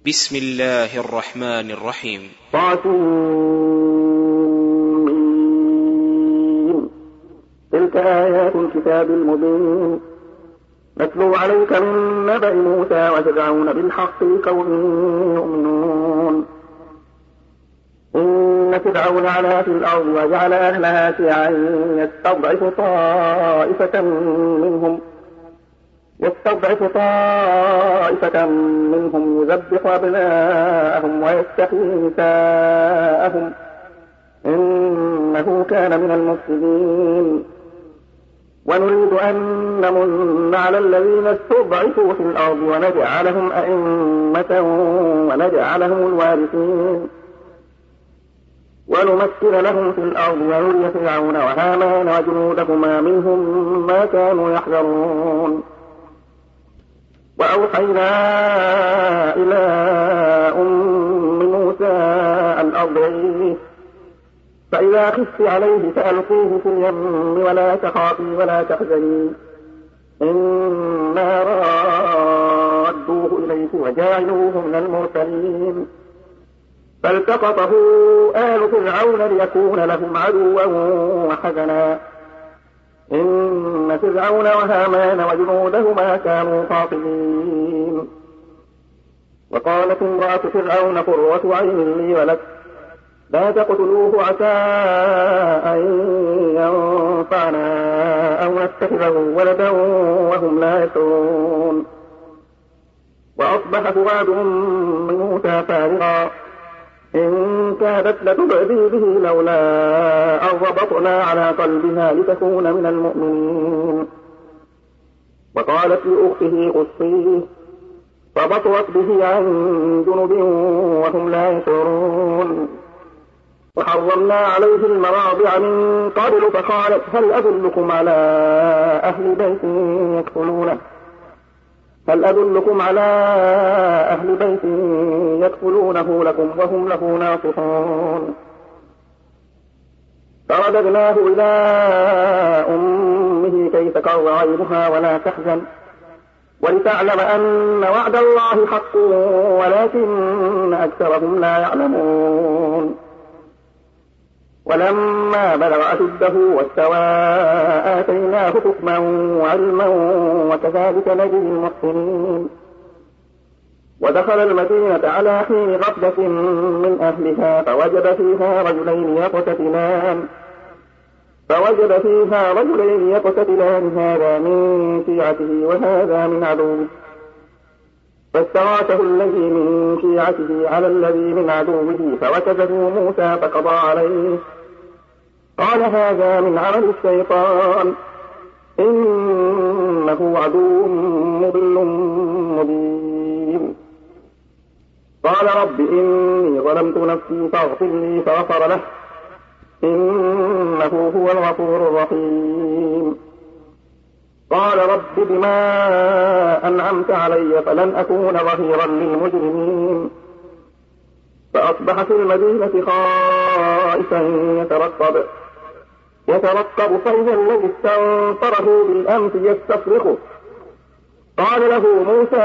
بسم الله الرحمن الرحيم. تلك آيات الكتاب المبين نتلو عليك من نبأ موسى وفرعون بالحق لقوم يؤمنون. إن فرعون علا في الأرض وجعل أهلها شيعا يستضعف طائفة منهم يذبح أبناءهم ويستحيي نساءهم إنه كان من المفسدين. ونريد أن نمن على الذين استضعفوا في الأرض ونجعلهم أئمة ونجعلهم الوارثين ونمكن لهم في الأرض ونري فرعون وهامان وجنودهما منهم ما كانوا يحذرون. وأوحينا إلى أم موسى أن أرضعيه فإذا خفت عليه فألقيه في اليم ولا تخافي ولا تحزني إنا رادوه إليك وجاعلوه من المرسلين. فالتقطه آل فرعون ليكون لهم عدوا وحزنا إن فرعون وهامان وجنودهما كانوا خاطئين. وقالت امرأة فرعون قرة عين لي ولك لا تقتلوه عسى أن ينفعنا أو نتخذه ولدا وهم لا يشعرون. وأصبح فؤاد من موسى فارغا إن كادت لتبدي به لولا أن ربطنا على قلبها لتكون من المؤمنين. وقالت لأخته قصيه فبطرت به عن جنب وهم لا يشعرون. وحرمنا عليه المراضع من قبل فقالت هل أدلكم على أهل بيت يكفلونه لكم وهم له ناصحون. فرددناه إلى أمه كي تقر عينها ولا تحزن ولتعلم أن وعد الله حق ولكن أكثرهم لا يعلمون. ولما بلغ أشده واستوى آتيناه حكما وعلما وكذلك نجزي المحسنين. ودخل المدينة على حين غفلة من أهلها فوجد فيها رجلين يقتتلان هذا من شيعته وهذا من عدوه فاستغاثه الذي من شيعته على الذي من عدوه فوكزه موسى فقضى عليه قال هذا من عمل الشيطان إنه عدو مضل مبين. قال رب إني ظلمت نفسي فاغفر لي فغفر له إنه هو الغفور الرحيم. قال رب بما أنعمت علي فلن أكون ظهيرا للمجرمين. فأصبح في المدينة خائفا يترقب فإذا الذي استنصره بالأمس يستصرخه قال له موسى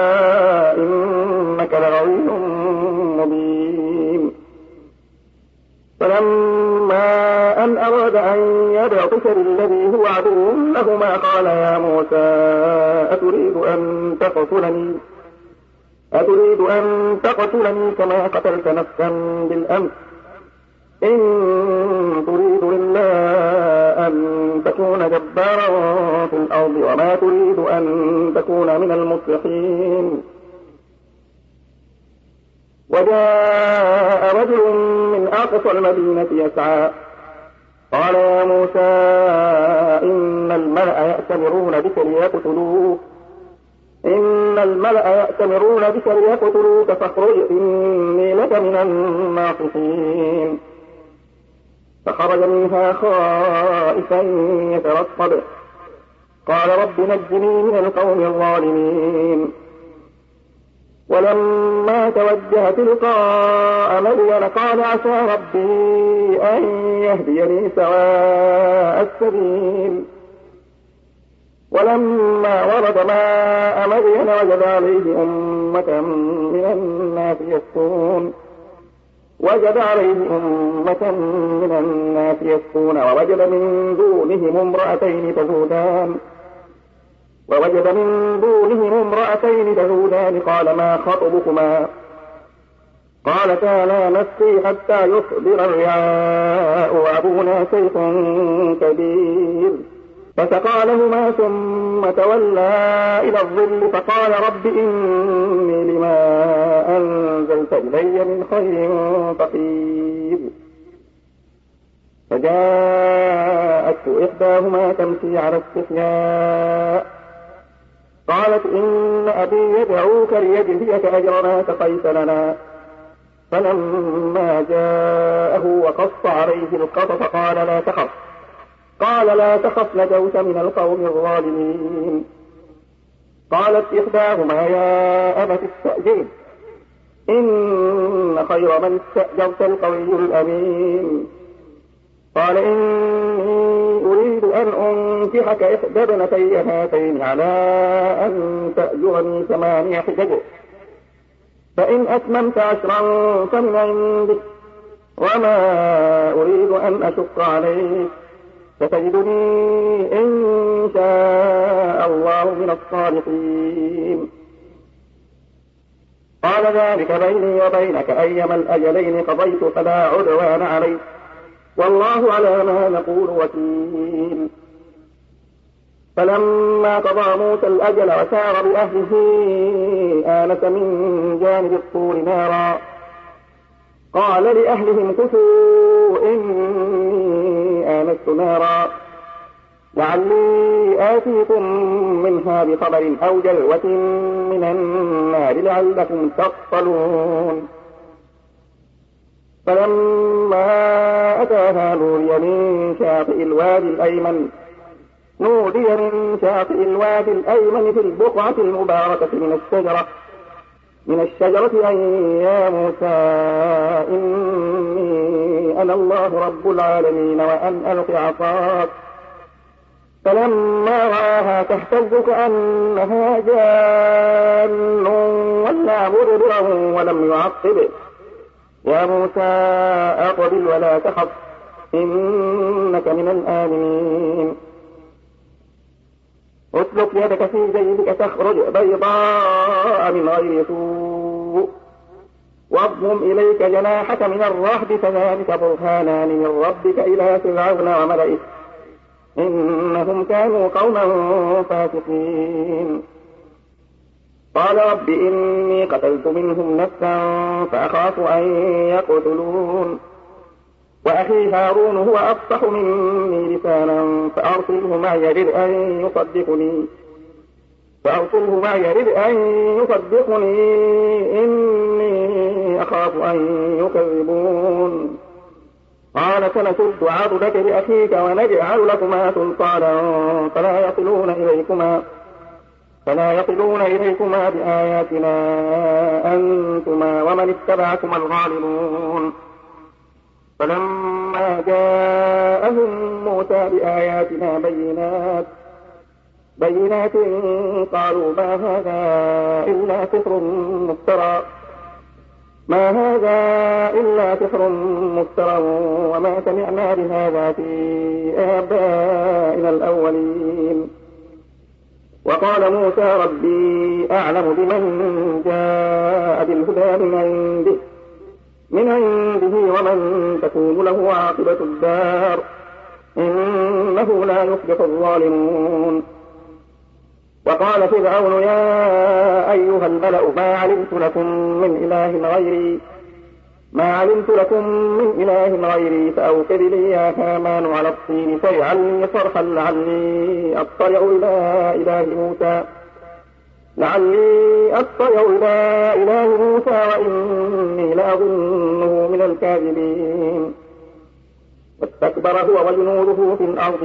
إنك لغوي مبين. فلما أن أراد أن يبطش بالذي هو عدو لهما قال يا موسى أتريد أن تقتلني كما قتلت نفسا بالأمس إن تريد إلا أن تكون جبارا في الأرض وما تريد أن تكون من المصلحين. وجاء رجل من أقصى المدينة يسعى قال يا موسى إن الملأ يأتمرون بك ليقتلوك فاخرج إني لك من الناصحين. فخرج منها خائفا يترقب قال رب نجني من القوم الظالمين. ولما توجه تلقاء مدين قال عسى ربي أن يهديني سواء السبيل. ولما ورد ماء مدين وجد عليه أمة من الناس الناس يسكون وجد عليه أمة من الناس يسكون ووجد من دونهم امرأتين تذودان قال ما خطبكما قالتا لا نسقي حتى يصدر الرعاء وأبونا شيخ كبير فسقى لهما ثم تولى إلى الظل فقال رب إني لما أنزلت إلي من خير فقير فجاءته إحداهما تمشي على استحياء قالت إن أبي يدعوك ليجزيك أجر ما سقيت لنا فلما جاءه وقص عليه القصص قال لا تخف نجوت من القوم الظالمين قالت إحداهما يا أبت استأجره إن خير من استأجرت القوي الأمين قال إني أريد أن أنكحك إحدى ابنتي هاتين على أن تأجرني 8 حجج فإن أتممت 10 فمن عندك وما أريد أن أشق عليك ستجدني إن شاء الله من الصالحين قال ذلك بيني وبينك أيما الأجلين قضيت فلا عدوان عليك والله على ما نقول وكيل فلما قضى موسى الأجل وسار بأهله آنس من جانب الطور نارا قال لأهلهم كثوا إني آنست نارا لعلي آتيكم منها بخبر أو جلوة من النار لعلكم تصطلون فلما أتاها نودي من شاطئ الوادي الأيمن في البقعة المباركة من الشجرة أن يا موسى إني أنا الله رب العالمين وأن ألق عصاك فلما رآها تهتز كأنها جان ولا مدبرا ولم يعقب يا موسى أقبل ولا تخف إنك من الآمنين اسلك يدك في جيبك تخرج بيضاء من غير سوء واضم إليك جناحك من الرهب فذلك برهانان من ربك إلى فرعون وملئه إنهم كانوا قوما فاسقين قال رب إني قتلت منهم نفسا فأخاف أن يقتلون وأخي هارون هو أفصح مني لسانا فأرسله معي يرد أن يصدقني إني أخاف أن يكذبون قال سنشد عضدك بأخيك ونجعل لكما سلطانا فلا يصلون إليكما بآياتنا أنتما ومن اتبعكما الغالبون فلما جاءهم موسى بآياتنا بينات قالوا ما هذا إلا سحر مفترى وما سمعنا بهذا في آبائنا الأولين وقال موسى ربي أعلم بمن جاء بالهدى من عنده ومن تكون له عاقبة الدار إنه لا يفلح الظالمون وقال فرعون يا أيها الملأ ما علمت لكم من إله غيري فأوقد لي يا هامان على الطين فاجعل لي صرحا لعلي أطلع إلى إله موسى وإني لأظنه من الكاذبين واستكبر هو وجنوده في الأرض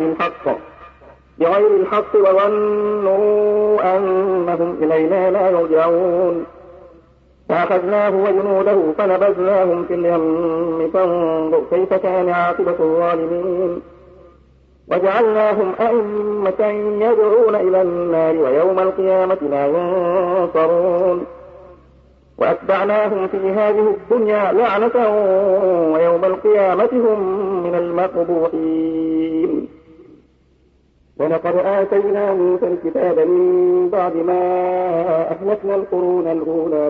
بغير الحق وظنوا أنهم إلينا لا يرجعون فأخذناه وجنوده فنبذناهم في اليم فانظر كيف كان عاقبة الظالمين وجعلناهم أئمة يدعون إلى النار ويوم القيامة لا ينصرون وأتبعناهم في هذه الدنيا لعنة ويوم القيامة هم من المقبوحين. ولقد آتينا موسى الكتاب من بعد ما أهلكنا القرون الأولى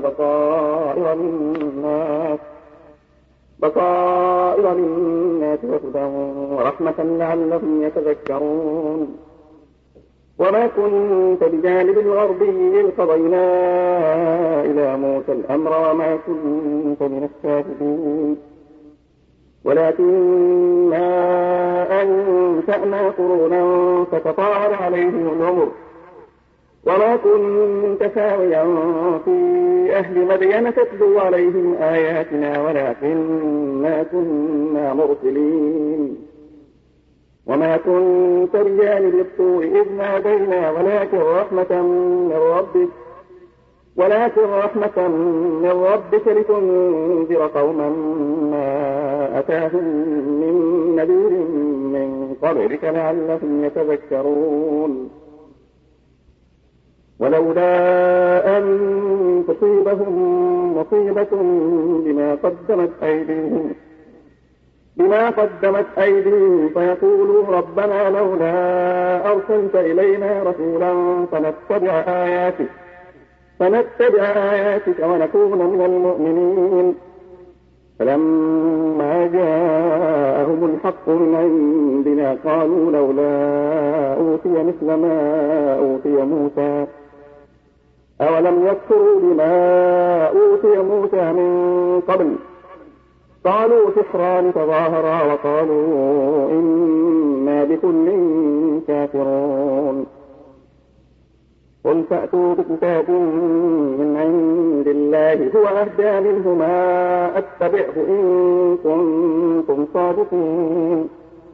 بصائر للناس وهدى ورحمة لعلهم يتذكرون. وما كنت بجانب الغربي إذ قضينا إلى موسى الأمر وما كنت من الشاهدين ولكننا أنشأنا قرونا فتطاول عليهم العمر وما كنت ساويا في أهل مدين تتلو عليهم آياتنا ولكننا كنا مرسلين. وما كنت بجانب الطور إذ نادينا ولكن رحمة من ربك لتنذر قوما ما أتاهم من نذير من قبلك لعلهم يتذكرون. ولولا أن تصيبهم مصيبة بما قدمت أيديهم فيقولوا ربنا لولا أرسلت إلينا رسولا فنتبع آياتك ونكون من المؤمنين. فلما جاءهم الحق من عندنا قالوا لولا أوتي مثل ما أوتي موسى أولم يكفروا بما أوتي موسى من قبل قالوا سحران تظاهرا وقالوا إنا بكل كافرون. قل فأتوا بكتاب من عند الله هو أهدى منهما أتبعه إن كنتم صادقين.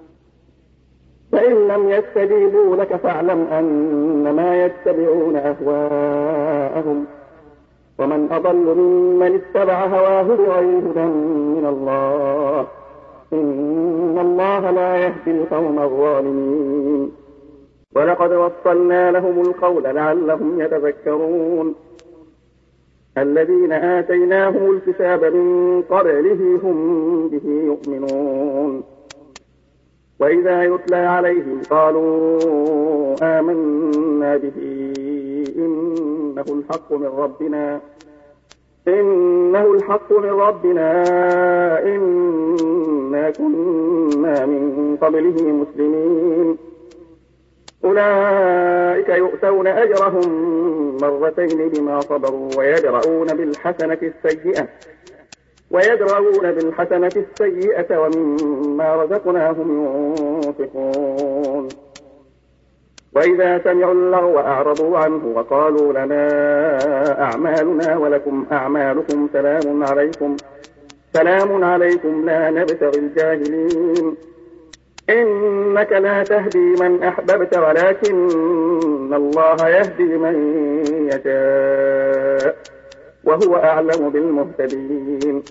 فإن لم يستجيبوا لك فاعلم أنما يتبعون أهواءهم ومن أضل ممن اتبع هواه بغير هدى من الله إن الله لا يهدي القوم الظالمين. ولقد وصلنا لهم القول لعلهم يتذكرون. الذين آتيناهم الكتاب من قبله هم به يؤمنون. وإذا يتلى عليهم قالوا آمنا به إنه الحق من ربنا إنا كنا من قبله مسلمين. أولئك يؤتون أجرهم مرتين بما صبروا ويدرؤون بالحسنة السيئة ومما رزقناهم ينفقون. وإذا سمعوا اللغو أعرضوا عنه وقالوا لنا أعمالنا ولكم أعمالكم سلام عليكم لا نبتغي الجاهلين. إنك لا تهدي من أحببت ولكن الله يهدي من يشاء وهو أعلم بالمهتدين.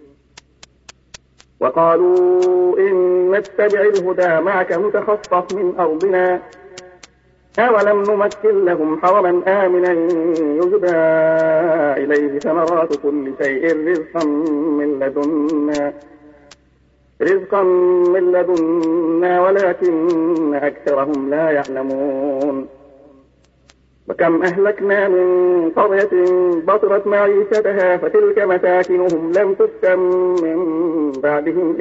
وقالوا إن نتبع الهدى معك نتخطف من أرضنا أولم نمكن لهم حرما آمنا يجبى إليه ثمرات كل شيء رزقا من لدنا ولكن أكثرهم لا يعلمون. وكم أهلكنا من قرية بطرت معيشتها فتلك مساكنهم لم تسكن من بعدهم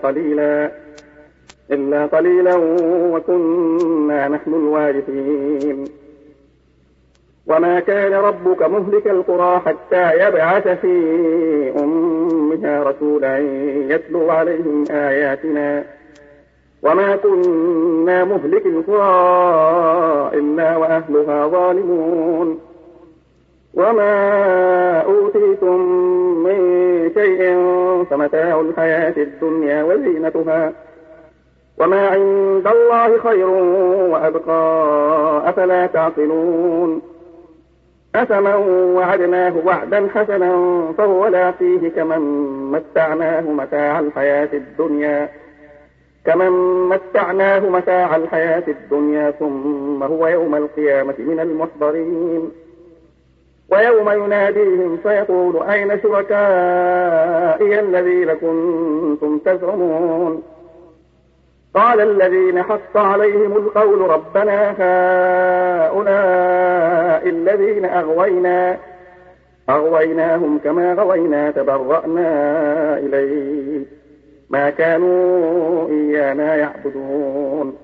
إلا قليلا وكنا نحن الوارثين. وما كان ربك مهلك القرى حتى يبعث في أمها رسولا يتلو عليهم آياتنا وما كنا مهلك القرى إلا وأهلها ظالمون. وما أوتيتم من شيء فمتاع الحياة الدنيا وزينتها وما عند الله خير وأبقى أفلا تعقلون. أفمن وعدناه وعدا حسنا فهو لاقيه كمن متعناه متاع الحياة الدنيا ثم هو يوم القيامة من المحضرين. ويوم يناديهم فيقول أين شركائي الذين كنتم تزعمون قال الذين حق عليهم القول ربنا هؤلاء الذين أغويناهم كما غوينا تبرأنا إليك ما كانوا إيانا يعبدون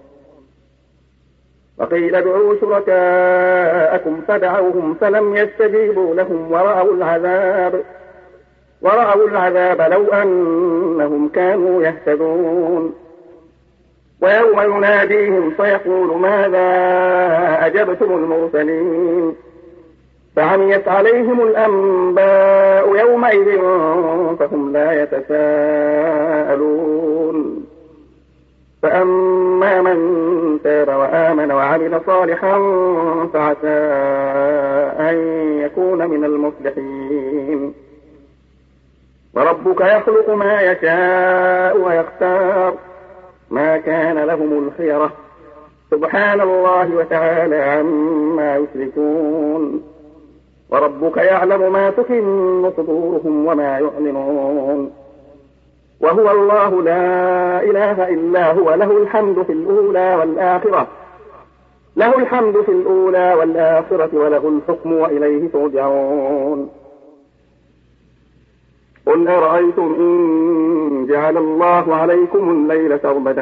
وقيل ادعوا شركاءكم فدعوهم فلم يستجيبوا لهم ورأوا العذاب لو أنهم كانوا يهتدون ويوم يناديهم فيقول ماذا أجبتم المرسلين فعميت عليهم الأنباء يومئذ فهم لا يتساءلون فأما من تاب وآمن وعمل صالحا فعسى أن يكون من المفلحين وربك يخلق ما يشاء ويختار ما كان لهم الخيرة سبحان الله وتعالى عما يشركون وربك يعلم ما تكن صدورهم وما يعلنون وهو الله لا إله إلا هو له الحمد في الأولى والآخرة وله الحكم وإليه ترجعون قل أرأيتم إن جعل الله عليكم الليل سرمدا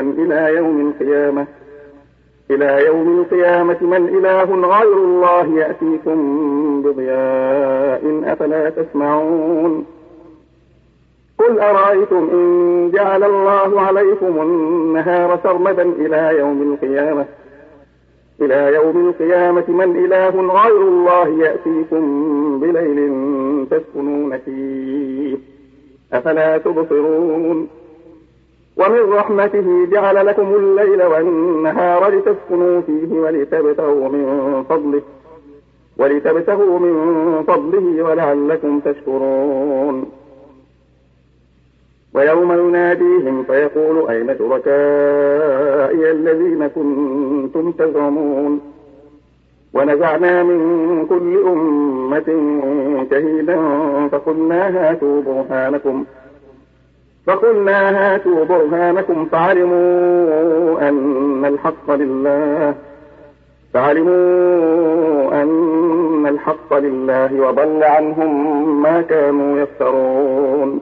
إلى يوم القيامة من إله غير الله يأتيكم بضياء أفلا تسمعون قل أرأيتم إن جعل الله عليكم النهار سرمدا إلى يوم القيامة من إله غير الله يأتيكم بليل تسكنون فيه أفلا تبصرون ومن رحمته جعل لكم الليل والنهار لتسكنوا فيه ولتبتغوا من فضله ولعلكم تشكرون ويوم يناديهم فيقول أين شركائي الذين كنتم تزعمون ونزعنا من كل أمة شهيدا فقلنا هاتوا برهانكم فعلموا أن الحق لله وضل عنهم ما كانوا يفترون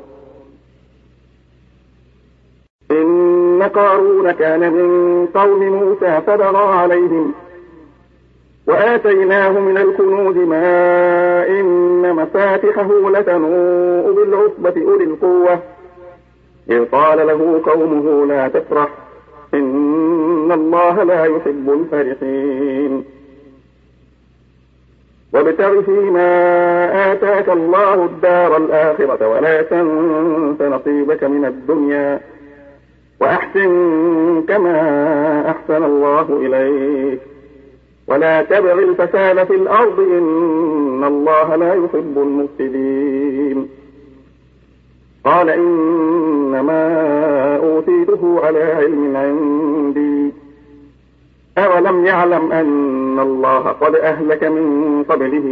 إن قارون كان من قوم موسى فبغى عليهم وآتيناه من الكنوز ما إن مفاتحه لتنوء بالعصبة أولي القوة إذ قال له قومه لا تفرح إن الله لا يحب الفرحين وابتغ فيما آتاك الله الدار الآخرة ولا تنس نصيبك من الدنيا وأحسن كما أحسن الله إليك ولا تبغ الفساد في الأرض إن الله لا يحب المفسدين قال إنما أوتيته على علم عندي أولم يعلم أن الله قد أهلك من قبله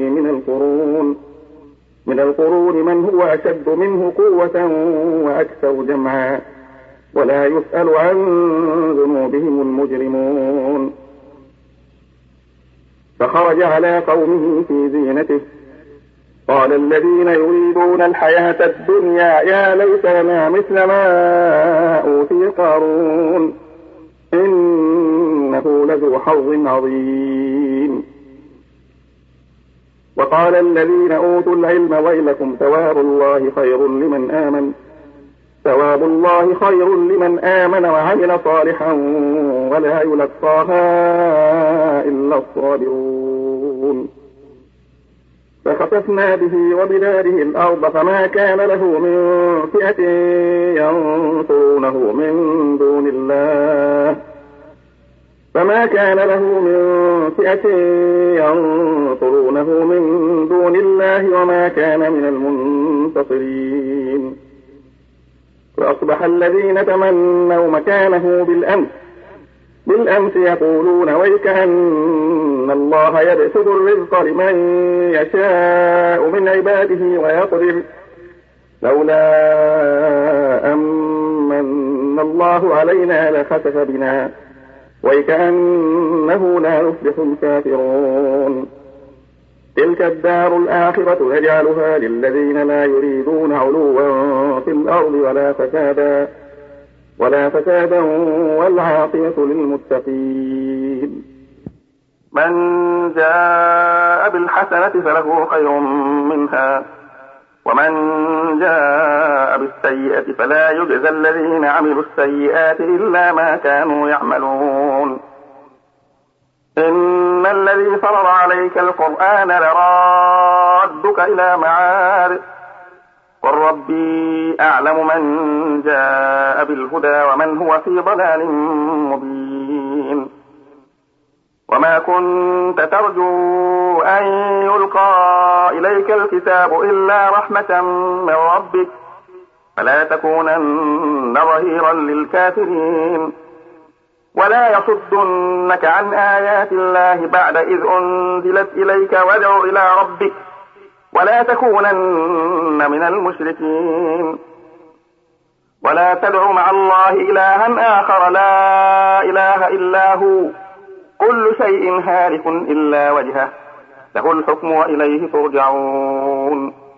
من القرون من هو أشد منه قوة وأكثر جمعا ولا يسأل عن ذنوبهم المجرمون فخرج على قومه في زينته قال الذين يريدون الحياة الدنيا يا ليت لنا مثل ما أوتي قارون إنه لذو حظ عظيم وقال الذين أوتوا العلم ويلكم ثواب الله خير لمن آمن وعمل صالحا ولا يلقاها إلا الصابرون فخسفنا به وبداره الأرض فما كان له من فئة ينصرونه من دون الله وما كان من المنتصرين فأصبح الذين تمنوا مكانه بالأمس يقولون ويكأن الله يبسط الرزق لمن يشاء من عباده ويقدر لولا أمن الله علينا لخسف بنا وكأنه لا يفلح الكافرون. تلك الدار الآخرة نجعلها للذين لا يريدون علوا في الأرض ولا فسادا والعاقبة للمتقين. من جاء بالحسنة فله خير منها ومن جاء بالسيئة فلا يجزى الذين عملوا السيئات إلا ما كانوا يعملون. إن الذي فرض عليك القرآن لرادك إلى معاد قل ربي أعلم من جاء بالهدى ومن هو في ضلال مبين. وما كنت ترجو أن يلقى إليك الكتاب إلا رحمة من ربك فلا تكونن ظهيرا للكافرين. ولا يصدنك عن آيات الله بعد إذ أنزلت إليك وادع إلى ربك ولا تكونن من المشركين. ولا تدع مع الله إلها آخر لا إله إلا هو كل شيء هالك إلا وجهه له الحكم وإليه ترجعون.